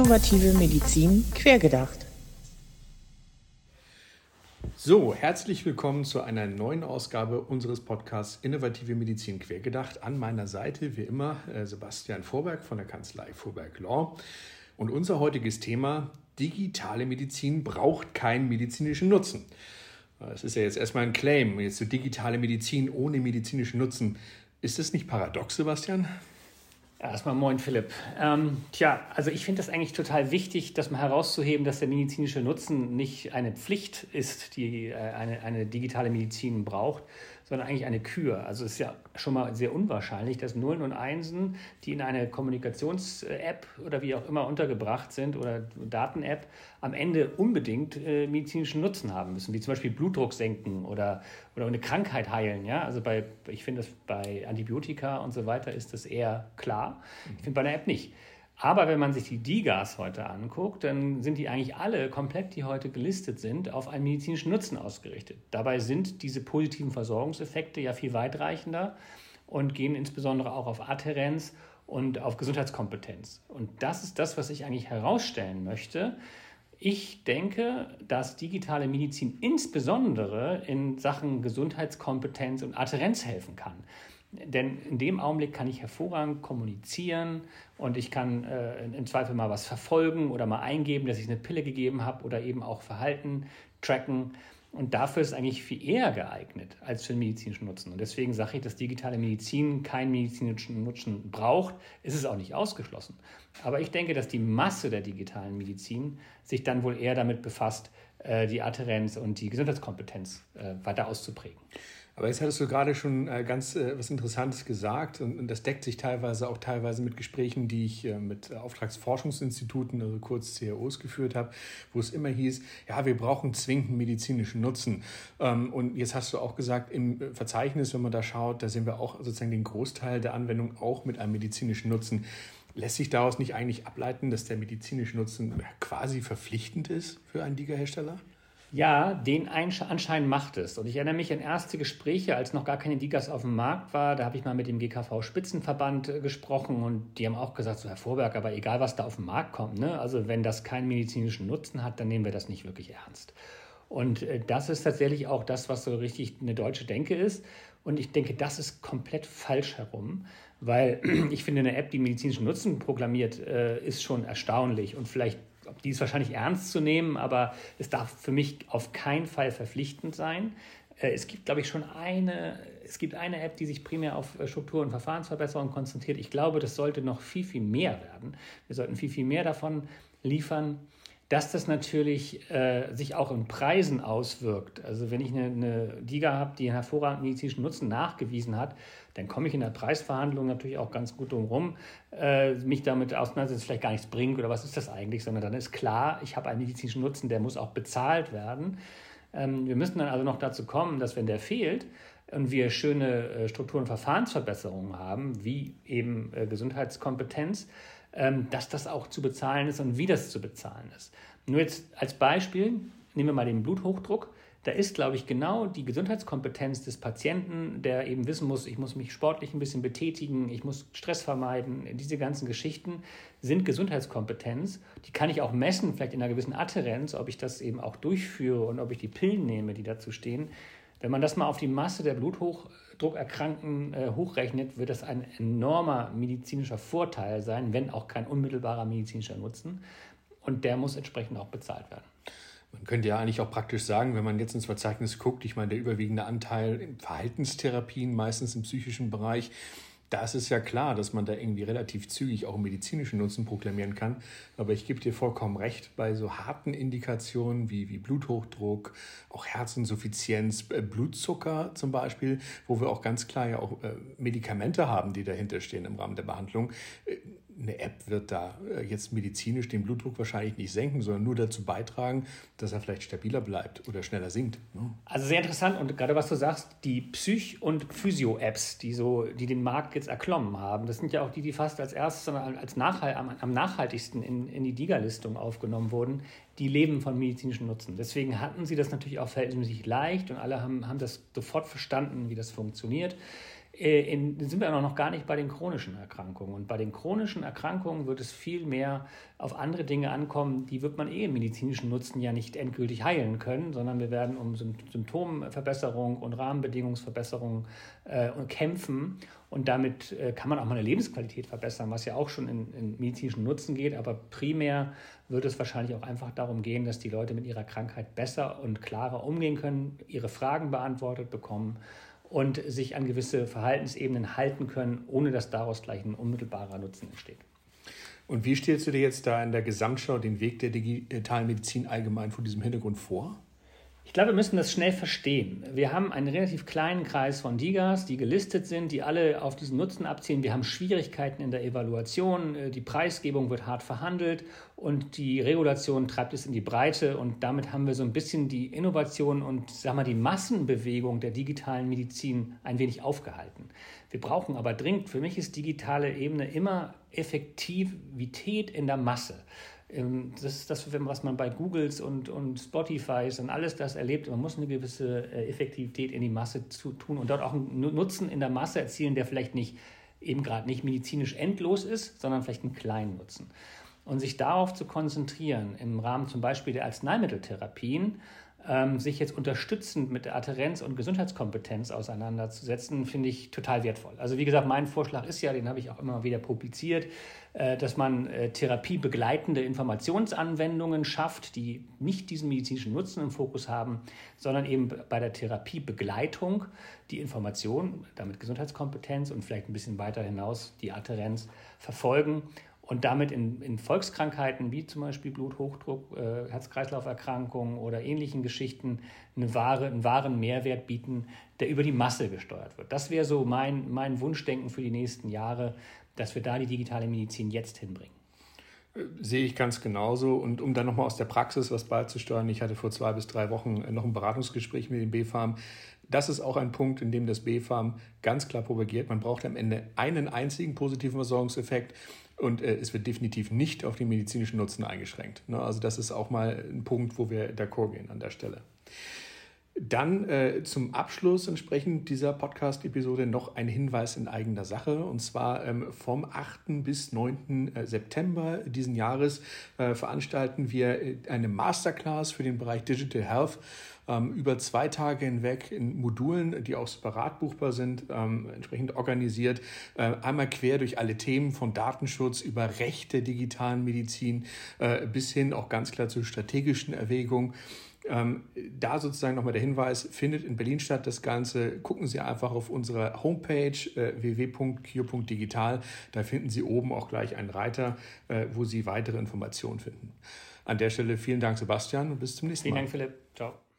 Innovative Medizin quergedacht. So, herzlich willkommen zu einer neuen Ausgabe unseres Podcasts Innovative Medizin quergedacht. An meiner Seite wie immer Sebastian Vorberg von der Kanzlei Vorberg Law. Und unser heutiges Thema: digitale Medizin braucht keinen medizinischen Nutzen. Das ist ja jetzt erstmal ein Claim, jetzt so digitale Medizin ohne medizinischen Nutzen. Ist das nicht paradox, Sebastian? Erstmal moin Philipp. Also ich finde das eigentlich total wichtig, das mal herauszuheben, dass der medizinische Nutzen nicht eine Pflicht ist, die eine digitale Medizin braucht, sondern eigentlich eine Kür. Also es ist ja schon mal sehr unwahrscheinlich, dass Nullen und Einsen, die in eine Kommunikations-App oder wie auch immer untergebracht sind oder Daten-App, am Ende unbedingt medizinischen Nutzen haben müssen, wie zum Beispiel Blutdruck senken oder eine Krankheit heilen. Ja? Also ich finde, das bei Antibiotika und so weiter ist das eher klar. Ich finde bei einer App nicht. Aber wenn man sich die DiGAs heute anguckt, dann sind die eigentlich alle komplett, die heute gelistet sind, auf einen medizinischen Nutzen ausgerichtet. Dabei sind diese positiven Versorgungseffekte ja viel weitreichender und gehen insbesondere auch auf Adhärenz und auf Gesundheitskompetenz. Und das ist das, was ich eigentlich herausstellen möchte. Ich denke, dass digitale Medizin insbesondere in Sachen Gesundheitskompetenz und Adhärenz helfen kann. Denn in dem Augenblick kann ich hervorragend kommunizieren und ich kann im Zweifel mal was verfolgen oder mal eingeben, dass ich eine Pille gegeben habe oder eben auch Verhalten tracken. Und dafür ist es eigentlich viel eher geeignet als für den medizinischen Nutzen. Und deswegen sage ich, dass digitale Medizin keinen medizinischen Nutzen braucht. Ist es auch nicht ausgeschlossen. Aber ich denke, dass die Masse der digitalen Medizin sich dann wohl eher damit befasst, die Adhärenz und die Gesundheitskompetenz weiter auszuprägen. Aber jetzt hattest du gerade schon ganz was Interessantes gesagt und das deckt sich teilweise mit Gesprächen, die ich mit Auftragsforschungsinstituten, also kurz CROs, geführt habe, wo es immer hieß, ja, wir brauchen zwingend medizinischen Nutzen. Und jetzt hast du auch gesagt, im Verzeichnis, wenn man da schaut, da sehen wir auch sozusagen den Großteil der Anwendung auch mit einem medizinischen Nutzen. Lässt sich daraus nicht eigentlich ableiten, dass der medizinische Nutzen quasi verpflichtend ist für einen DiGA-Hersteller? Ja, den Anschein macht es. Und ich erinnere mich an erste Gespräche, als noch gar keine DiGAs auf dem Markt war. Da habe ich mal mit dem GKV-Spitzenverband gesprochen und die haben auch gesagt, so Herr Vorberg, aber egal, was da auf den Markt kommt, ne? Also wenn das keinen medizinischen Nutzen hat, dann nehmen wir das nicht wirklich ernst. Und das ist tatsächlich auch das, was so richtig eine deutsche Denke ist. Und ich denke, das ist komplett falsch herum, weil ich finde, eine App, die medizinischen Nutzen proklamiert, ist schon erstaunlich und vielleicht die ist wahrscheinlich ernst zu nehmen, aber es darf für mich auf keinen Fall verpflichtend sein. Es gibt, glaube ich, eine App, die sich primär auf Struktur- und Verfahrensverbesserung konzentriert. Ich glaube, das sollte noch viel, viel mehr werden. Wir sollten viel, viel mehr davon liefern. Dass das natürlich sich auch in Preisen auswirkt. Also wenn ich eine DiGA habe, die einen hervorragenden medizinischen Nutzen nachgewiesen hat, dann komme ich in der Preisverhandlung natürlich auch ganz gut drum rum, mich damit auseinandersetzen, dass es vielleicht gar nichts bringt oder was ist das eigentlich, sondern dann ist klar, ich habe einen medizinischen Nutzen, der muss auch bezahlt werden. Wir müssen dann also noch dazu kommen, dass wenn der fehlt und wir schöne Struktur- und Verfahrensverbesserungen haben, wie eben Gesundheitskompetenz, dass das auch zu bezahlen ist und wie das zu bezahlen ist. Nur jetzt als Beispiel, nehmen wir mal den Bluthochdruck. Da ist, glaube ich, genau die Gesundheitskompetenz des Patienten, der eben wissen muss, ich muss mich sportlich ein bisschen betätigen, ich muss Stress vermeiden. Diese ganzen Geschichten sind Gesundheitskompetenz. Die kann ich auch messen, vielleicht in einer gewissen Adhärenz, ob ich das eben auch durchführe und ob ich die Pillen nehme, die dazu stehen. Wenn man das mal auf die Masse der Bluthochdruckerkrankten hochrechnet, wird das ein enormer medizinischer Vorteil sein, wenn auch kein unmittelbarer medizinischer Nutzen. Und der muss entsprechend auch bezahlt werden. Man könnte ja eigentlich auch praktisch sagen, wenn man jetzt ins Verzeichnis guckt, ich meine, der überwiegende Anteil in Verhaltenstherapien, meistens im psychischen Bereich, da ist es ja klar, dass man da irgendwie relativ zügig auch medizinischen Nutzen proklamieren kann. Aber ich gebe dir vollkommen recht, bei so harten Indikationen wie Bluthochdruck, auch Herzinsuffizienz, Blutzucker zum Beispiel, wo wir auch ganz klar ja auch Medikamente haben, die dahinter stehen im Rahmen der Behandlung. Eine App wird da jetzt medizinisch den Blutdruck wahrscheinlich nicht senken, sondern nur dazu beitragen, dass er vielleicht stabiler bleibt oder schneller sinkt. Ne? Also sehr interessant und gerade was du sagst, die Psych- und Physio-Apps, die den Markt jetzt erklommen haben, das sind ja auch die fast als erstes, sondern als am nachhaltigsten in die DiGA-Listung aufgenommen wurden, die leben von medizinischem Nutzen. Deswegen hatten sie das natürlich auch verhältnismäßig leicht und alle haben das sofort verstanden, wie das funktioniert. sind wir noch gar nicht bei den chronischen Erkrankungen. Und bei den chronischen Erkrankungen wird es viel mehr auf andere Dinge ankommen, die wird man im medizinischen Nutzen ja nicht endgültig heilen können, sondern wir werden um Symptomverbesserung und Rahmenbedingungsverbesserung kämpfen. Und damit kann man auch mal eine Lebensqualität verbessern, was ja auch schon in medizinischen Nutzen geht. Aber primär wird es wahrscheinlich auch einfach darum gehen, dass die Leute mit ihrer Krankheit besser und klarer umgehen können, ihre Fragen beantwortet bekommen und sich an gewisse Verhaltensebenen halten können, ohne dass daraus gleich ein unmittelbarer Nutzen entsteht. Und wie stellst du dir jetzt da in der Gesamtschau den Weg der digitalen Medizin allgemein vor diesem Hintergrund vor? Ich glaube, wir müssen das schnell verstehen. Wir haben einen relativ kleinen Kreis von DIGAs, die gelistet sind, die alle auf diesen Nutzen abzielen. Wir haben Schwierigkeiten in der Evaluation, die Preisgebung wird hart verhandelt und die Regulation treibt es in die Breite. Und damit haben wir so ein bisschen die Innovation und die Massenbewegung der digitalen Medizin ein wenig aufgehalten. Wir brauchen aber dringend, für mich ist digitale Ebene immer Effektivität in der Masse. Das ist das, was man bei Googles und Spotifys und alles das erlebt. Man muss eine gewisse Effektivität in die Masse tun und dort auch einen Nutzen in der Masse erzielen, der vielleicht eben gerade nicht medizinisch endlos ist, sondern vielleicht einen kleinen Nutzen. Und sich darauf zu konzentrieren, im Rahmen zum Beispiel der Arzneimitteltherapien, sich jetzt unterstützend mit der Adhärenz- und Gesundheitskompetenz auseinanderzusetzen, finde ich total wertvoll. Also wie gesagt, mein Vorschlag ist ja, den habe ich auch immer wieder publiziert, dass man therapiebegleitende Informationsanwendungen schafft, die nicht diesen medizinischen Nutzen im Fokus haben, sondern eben bei der Therapiebegleitung die Information, damit Gesundheitskompetenz und vielleicht ein bisschen weiter hinaus die Adhärenz verfolgen und damit in Volkskrankheiten wie zum Beispiel Bluthochdruck, Herz-Kreislauf-Erkrankungen oder ähnlichen Geschichten einen wahren Mehrwert bieten, der über die Masse gesteuert wird. Das wäre so mein Wunschdenken für die nächsten Jahre, dass wir da die digitale Medizin jetzt hinbringen. Sehe ich ganz genauso. Und um dann nochmal aus der Praxis was beizusteuern, ich hatte vor 2 bis 3 Wochen noch ein Beratungsgespräch mit dem BfArM. Das ist auch ein Punkt, in dem das BfArM ganz klar propagiert. Man braucht am Ende einen einzigen positiven Versorgungseffekt und es wird definitiv nicht auf den medizinischen Nutzen eingeschränkt. Also das ist auch mal ein Punkt, wo wir d'accord gehen an der Stelle. Dann zum Abschluss entsprechend dieser Podcast-Episode noch ein Hinweis in eigener Sache. Und zwar vom 8. bis 9. September diesen Jahres veranstalten wir eine Masterclass für den Bereich Digital Health über 2 Tage hinweg in Modulen, die auch separat buchbar sind, entsprechend organisiert. Einmal quer durch alle Themen von Datenschutz über Recht der digitalen Medizin bis hin auch ganz klar zu strategischen Erwägungen. Da sozusagen nochmal der Hinweis, findet in Berlin statt das Ganze. Gucken Sie einfach auf unserer Homepage www.kio.digital. Da finden Sie oben auch gleich einen Reiter, wo Sie weitere Informationen finden. An der Stelle vielen Dank, Sebastian, und bis zum nächsten Mal. Vielen Dank, Philipp. Ciao.